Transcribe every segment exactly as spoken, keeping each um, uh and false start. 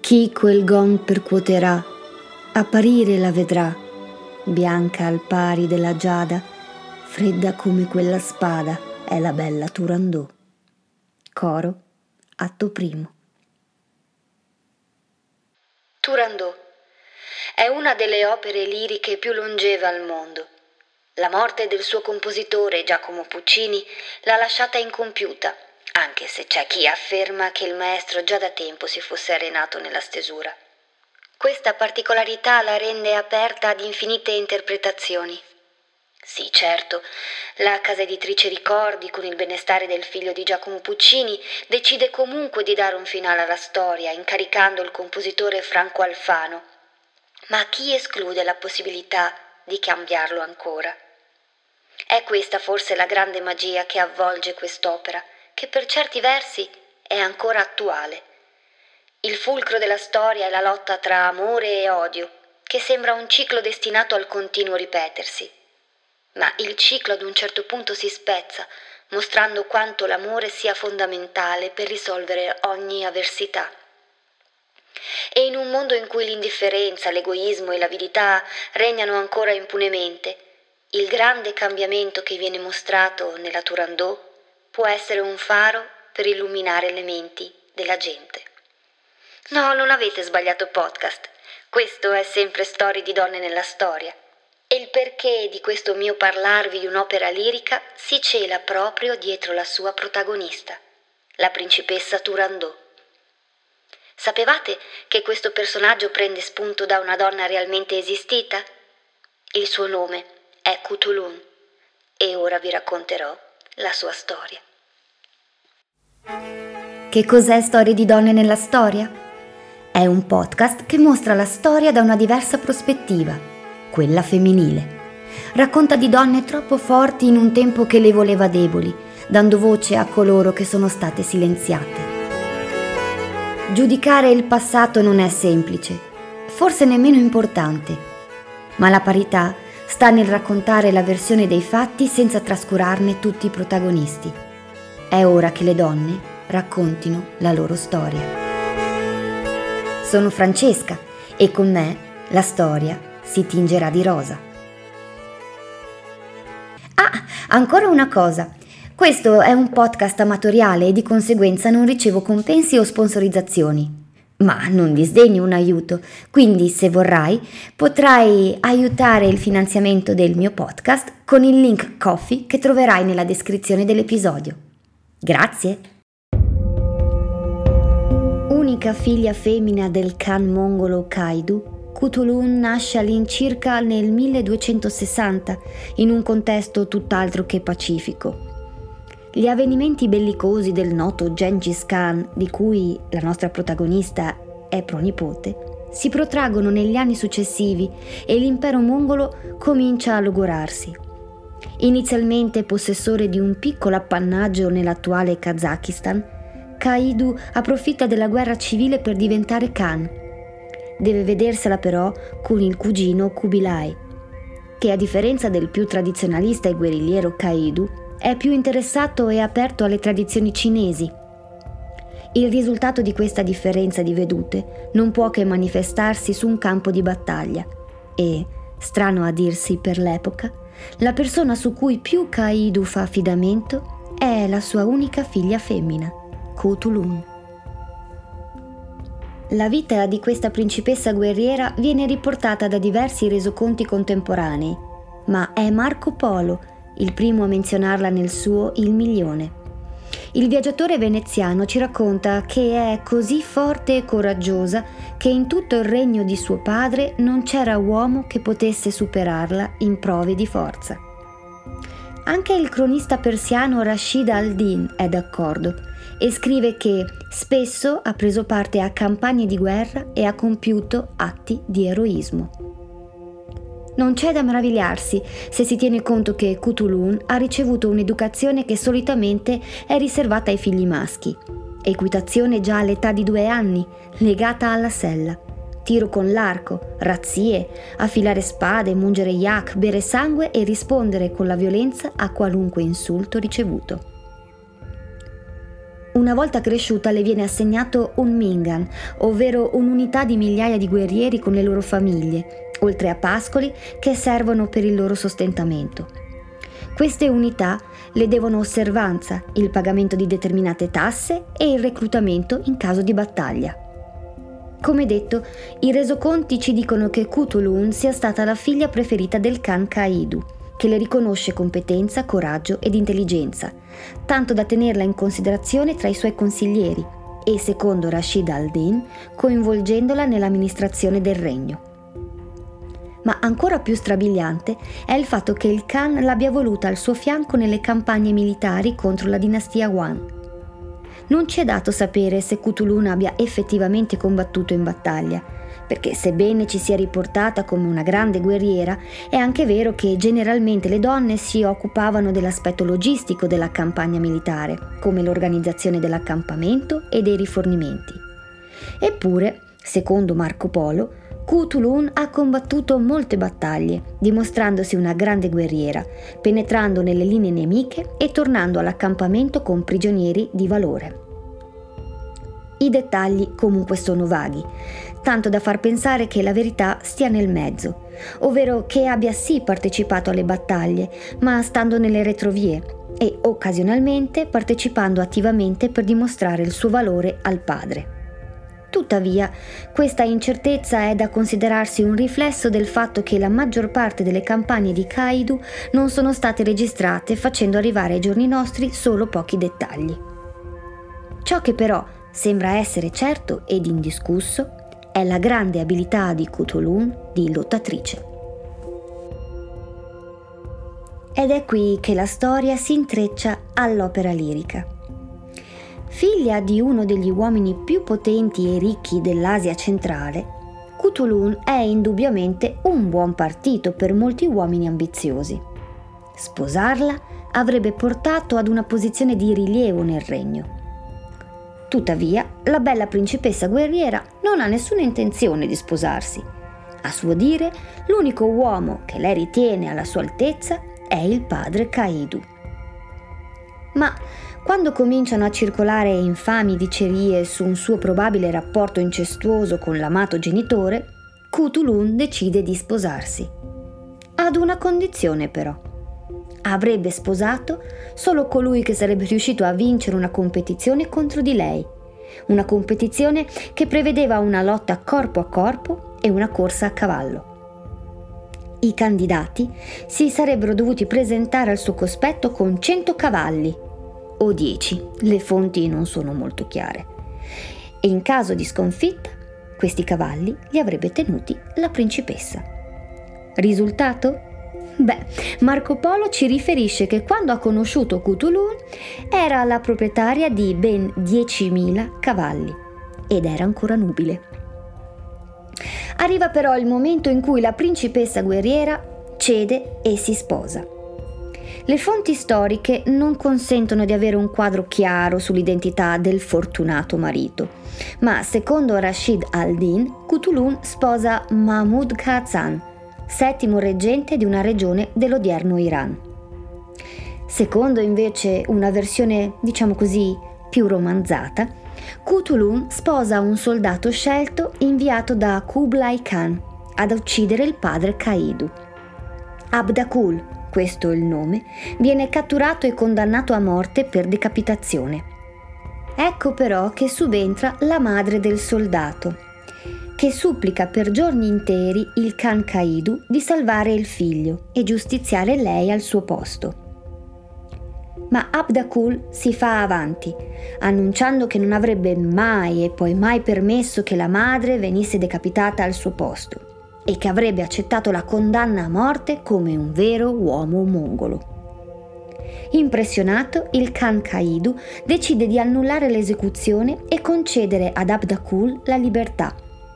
Chi quel gong percuoterà, apparire la vedrà, bianca al pari della giada, fredda come quella spada è la bella Turandot. Coro, atto primo. Turandot è una delle opere liriche più longeve al mondo. La morte del suo compositore Giacomo Puccini l'ha lasciata incompiuta, anche se c'è chi afferma che il maestro già da tempo si fosse arenato nella stesura. Questa particolarità la rende aperta ad infinite interpretazioni. Sì, certo, la casa editrice Ricordi, con il benestare del figlio di Giacomo Puccini, decide comunque di dare un finale alla storia, incaricando il compositore Franco Alfano. Ma chi esclude la possibilità di cambiarlo ancora? È questa forse la grande magia che avvolge quest'opera, che per certi versi è ancora attuale. Il fulcro della storia è la lotta tra amore e odio, che sembra un ciclo destinato al continuo ripetersi. Ma il ciclo ad un certo punto si spezza, mostrando quanto l'amore sia fondamentale per risolvere ogni avversità. E in un mondo in cui l'indifferenza, l'egoismo e l'avidità regnano ancora impunemente, il grande cambiamento che viene mostrato nella Turandot può essere un faro per illuminare le menti della gente. No, non avete sbagliato podcast. Questo è sempre Storie di donne nella storia. E il perché di questo mio parlarvi di un'opera lirica si cela proprio dietro la sua protagonista, la principessa Turandot. Sapevate che questo personaggio prende spunto da una donna realmente esistita? Il suo nome è Cthulhu e ora vi racconterò la sua storia. Che cos'è Storie di donne nella storia? È un podcast che mostra la storia da una diversa prospettiva, quella femminile. Racconta di donne troppo forti in un tempo che le voleva deboli, dando voce a coloro che sono state silenziate. Giudicare il passato non è semplice, forse nemmeno importante, ma la parità sta nel raccontare la versione dei fatti senza trascurarne tutti i protagonisti. È ora che le donne raccontino la loro storia. Sono Francesca e con me la storia si tingerà di rosa. Ah, ancora una cosa. Questo è un podcast amatoriale e di conseguenza non ricevo compensi o sponsorizzazioni. Ma non disdegno un aiuto, quindi se vorrai potrai aiutare il finanziamento del mio podcast con il link Ko-fi che troverai nella descrizione dell'episodio. Grazie! Unica figlia femmina del Khan mongolo Kaidu, Cthulhu nasce all'incirca nel milleduecentosessanta in un contesto tutt'altro che pacifico. Gli avvenimenti bellicosi del noto Gengis Khan, di cui la nostra protagonista è pronipote, si protraggono negli anni successivi e l'impero mongolo comincia a logorarsi. Inizialmente possessore di un piccolo appannaggio nell'attuale Kazakistan, Kaidu approfitta della guerra civile per diventare Khan. Deve vedersela però con il cugino Kubilai, che a differenza del più tradizionalista e guerrigliero Kaidu è più interessato e aperto alle tradizioni cinesi. Il risultato di questa differenza di vedute non può che manifestarsi su un campo di battaglia e, strano a dirsi per l'epoca, la persona su cui più Kaidu fa affidamento è la sua unica figlia femmina, Cthulhu. La vita di questa principessa guerriera viene riportata da diversi resoconti contemporanei, ma è Marco Polo il primo a menzionarla nel suo Il Milione. Il viaggiatore veneziano ci racconta che è così forte e coraggiosa che in tutto il regno di suo padre non c'era uomo che potesse superarla in prove di forza. Anche il cronista persiano Rashid al-Din è d'accordo e scrive che spesso ha preso parte a campagne di guerra e ha compiuto atti di eroismo. Non c'è da meravigliarsi se si tiene conto che Cthulhu ha ricevuto un'educazione che solitamente è riservata ai figli maschi. Equitazione già all'età di due anni, legata alla sella. Tiro con l'arco, razzie, affilare spade, mungere yak, bere sangue e rispondere con la violenza a qualunque insulto ricevuto. Una volta cresciuta le viene assegnato un mingan, ovvero un'unità di migliaia di guerrieri con le loro famiglie, oltre a pascoli che servono per il loro sostentamento. Queste unità le devono osservanza, il pagamento di determinate tasse e il reclutamento in caso di battaglia. Come detto, i resoconti ci dicono che Cthulhu sia stata la figlia preferita del Khan Kaidu, che le riconosce competenza, coraggio ed intelligenza, tanto da tenerla in considerazione tra i suoi consiglieri e, secondo Rashid al-Din, coinvolgendola nell'amministrazione del regno. Ma ancora più strabiliante è il fatto che il Khan l'abbia voluta al suo fianco nelle campagne militari contro la dinastia Yuan. Non ci è dato sapere se Cthulhu abbia effettivamente combattuto in battaglia, perché sebbene ci sia riportata come una grande guerriera, è anche vero che generalmente le donne si occupavano dell'aspetto logistico della campagna militare, come l'organizzazione dell'accampamento e dei rifornimenti. Eppure, secondo Marco Polo, Cthulhu ha combattuto molte battaglie, dimostrandosi una grande guerriera, penetrando nelle linee nemiche e tornando all'accampamento con prigionieri di valore. I dettagli comunque sono vaghi, tanto da far pensare che la verità stia nel mezzo, ovvero che abbia sì partecipato alle battaglie, ma stando nelle retrovie e occasionalmente partecipando attivamente per dimostrare il suo valore al padre. Tuttavia, questa incertezza è da considerarsi un riflesso del fatto che la maggior parte delle campagne di Kaidu non sono state registrate, facendo arrivare ai giorni nostri solo pochi dettagli. Ciò che però sembra essere certo ed indiscusso è la grande abilità di Cthulhu di lottatrice. Ed è qui che la storia si intreccia all'opera lirica. Figlia di uno degli uomini più potenti e ricchi dell'Asia centrale, Cthulhu è indubbiamente un buon partito per molti uomini ambiziosi. Sposarla avrebbe portato ad una posizione di rilievo nel regno. Tuttavia, la bella principessa guerriera non ha nessuna intenzione di sposarsi. A suo dire, l'unico uomo che lei ritiene alla sua altezza è il padre Kaidu. Ma quando cominciano a circolare infami dicerie su un suo probabile rapporto incestuoso con l'amato genitore, Cthulhu decide di sposarsi. Ad una condizione però. Avrebbe sposato solo colui che sarebbe riuscito a vincere una competizione contro di lei, una competizione che prevedeva una lotta corpo a corpo e una corsa a cavallo. I candidati si sarebbero dovuti presentare al suo cospetto con cento cavalli, o dieci, le fonti non sono molto chiare, e in caso di sconfitta questi cavalli li avrebbe tenuti la principessa. Risultato? Beh, Marco Polo ci riferisce che quando ha conosciuto Cthulhu era la proprietaria di ben diecimila cavalli ed era ancora nubile. Arriva però il momento in cui la principessa guerriera cede e si sposa. Le fonti storiche non consentono di avere un quadro chiaro sull'identità del fortunato marito, ma secondo Rashid al-Din, Cthulhu sposa Mahmud Khazan, settimo reggente di una regione dell'odierno Iran. Secondo invece una versione, diciamo così, più romanzata, Cthulhu sposa un soldato scelto inviato da Kublai Khan ad uccidere il padre Kaidu. Abdakul, questo è il nome, viene catturato e condannato a morte per decapitazione. Ecco però che subentra la madre del soldato, che supplica per giorni interi il Khan Kaidu di salvare il figlio e giustiziare lei al suo posto. Ma Abdakul si fa avanti, annunciando che non avrebbe mai e poi mai permesso che la madre venisse decapitata al suo posto e che avrebbe accettato la condanna a morte come un vero uomo mongolo. Impressionato, il Khan Kaidu decide di annullare l'esecuzione e concedere ad Abdakul la libertà.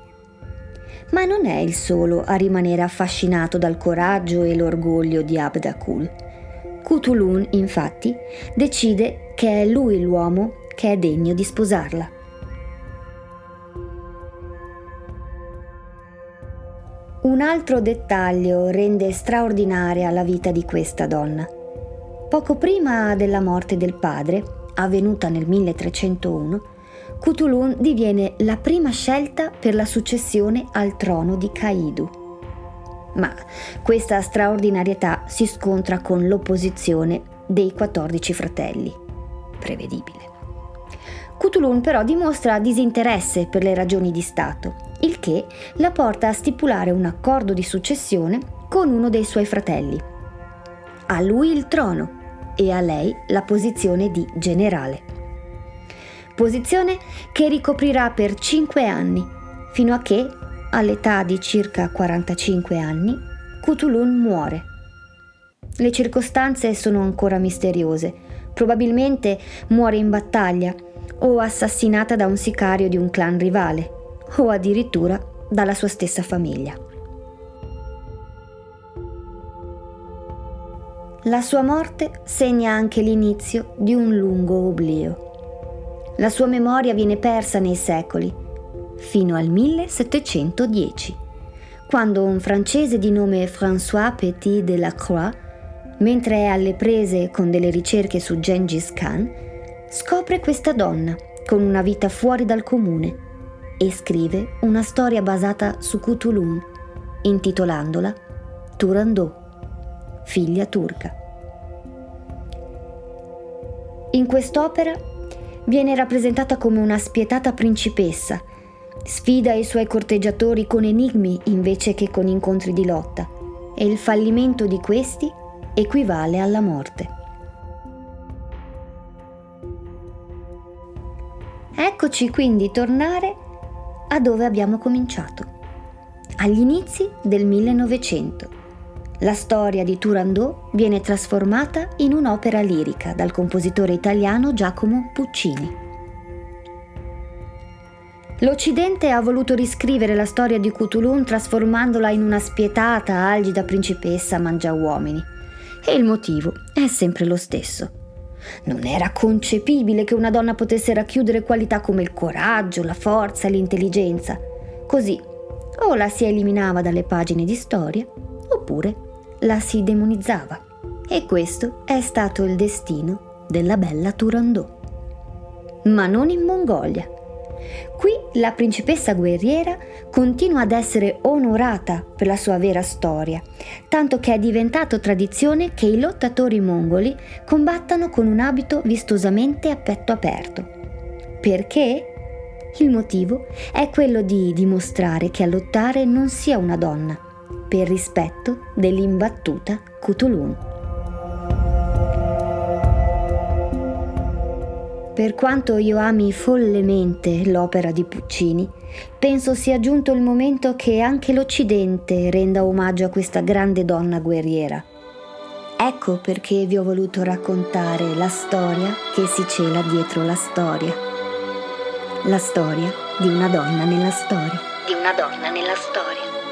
Ma non è il solo a rimanere affascinato dal coraggio e l'orgoglio di Abdakul. Cthulhu, infatti, decide che è lui l'uomo che è degno di sposarla. Un altro dettaglio rende straordinaria la vita di questa donna. Poco prima della morte del padre, avvenuta nel milletrecentouno, Cthulhu diviene la prima scelta per la successione al trono di Kaidu. Ma questa straordinarietà si scontra con l'opposizione dei quattordici fratelli. Prevedibile. Cthulhu però dimostra disinteresse per le ragioni di Stato, il che la porta a stipulare un accordo di successione con uno dei suoi fratelli. A lui il trono e a lei la posizione di generale. Posizione che ricoprirà per cinque anni, fino a che, all'età di circa quarantacinque anni, Cthulhu muore. Le circostanze sono ancora misteriose. Probabilmente muore in battaglia o assassinata da un sicario di un clan rivale o addirittura dalla sua stessa famiglia. La sua morte segna anche l'inizio di un lungo oblio. La sua memoria viene persa nei secoli, fino al millesettecentodieci, quando un francese di nome François Petit de la Croix, mentre è alle prese con delle ricerche su Gengis Khan, scopre questa donna con una vita fuori dal comune e scrive una storia basata su Cthulhu, intitolandola Turandot, figlia turca. In quest'opera viene rappresentata come una spietata principessa, sfida i suoi corteggiatori con enigmi invece che con incontri di lotta, e il fallimento di questi equivale alla morte. Eccoci quindi tornare a dove abbiamo cominciato, agli inizi del millenovecento. La storia di Turandot viene trasformata in un'opera lirica dal compositore italiano Giacomo Puccini. L'Occidente ha voluto riscrivere la storia di Cthulhu trasformandola in una spietata, algida principessa mangiauomini. E il motivo è sempre lo stesso. Non era concepibile che una donna potesse racchiudere qualità come il coraggio, la forza e l'intelligenza. Così o la si eliminava dalle pagine di storia, oppure la si demonizzava. E questo è stato il destino della bella Turandot. Ma non in Mongolia. Qui la principessa guerriera continua ad essere onorata per la sua vera storia, tanto che è diventato tradizione che i lottatori mongoli combattano con un abito vistosamente a petto aperto. Perché? Il motivo è quello di dimostrare che a lottare non sia una donna, per rispetto dell'imbattuta Cthulhu. Per quanto io ami follemente l'opera di Puccini, penso sia giunto il momento che anche l'Occidente renda omaggio a questa grande donna guerriera. Ecco perché vi ho voluto raccontare la storia che si cela dietro la storia. La storia di una donna nella storia. Di una donna nella storia.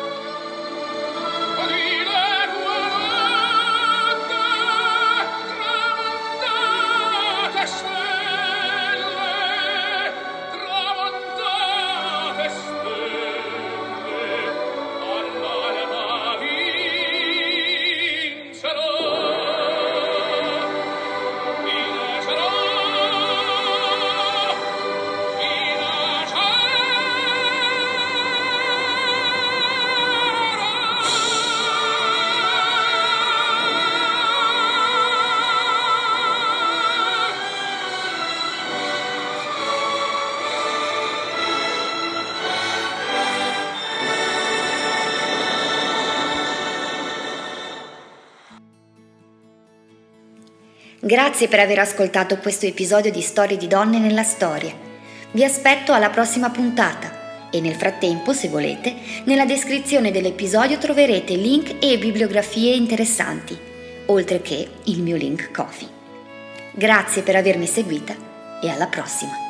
Grazie per aver ascoltato questo episodio di Storie di donne nella storia. Vi aspetto alla prossima puntata e nel frattempo, se volete, nella descrizione dell'episodio troverete link e bibliografie interessanti, oltre che il mio link Ko-fi. Grazie per avermi seguita e alla prossima!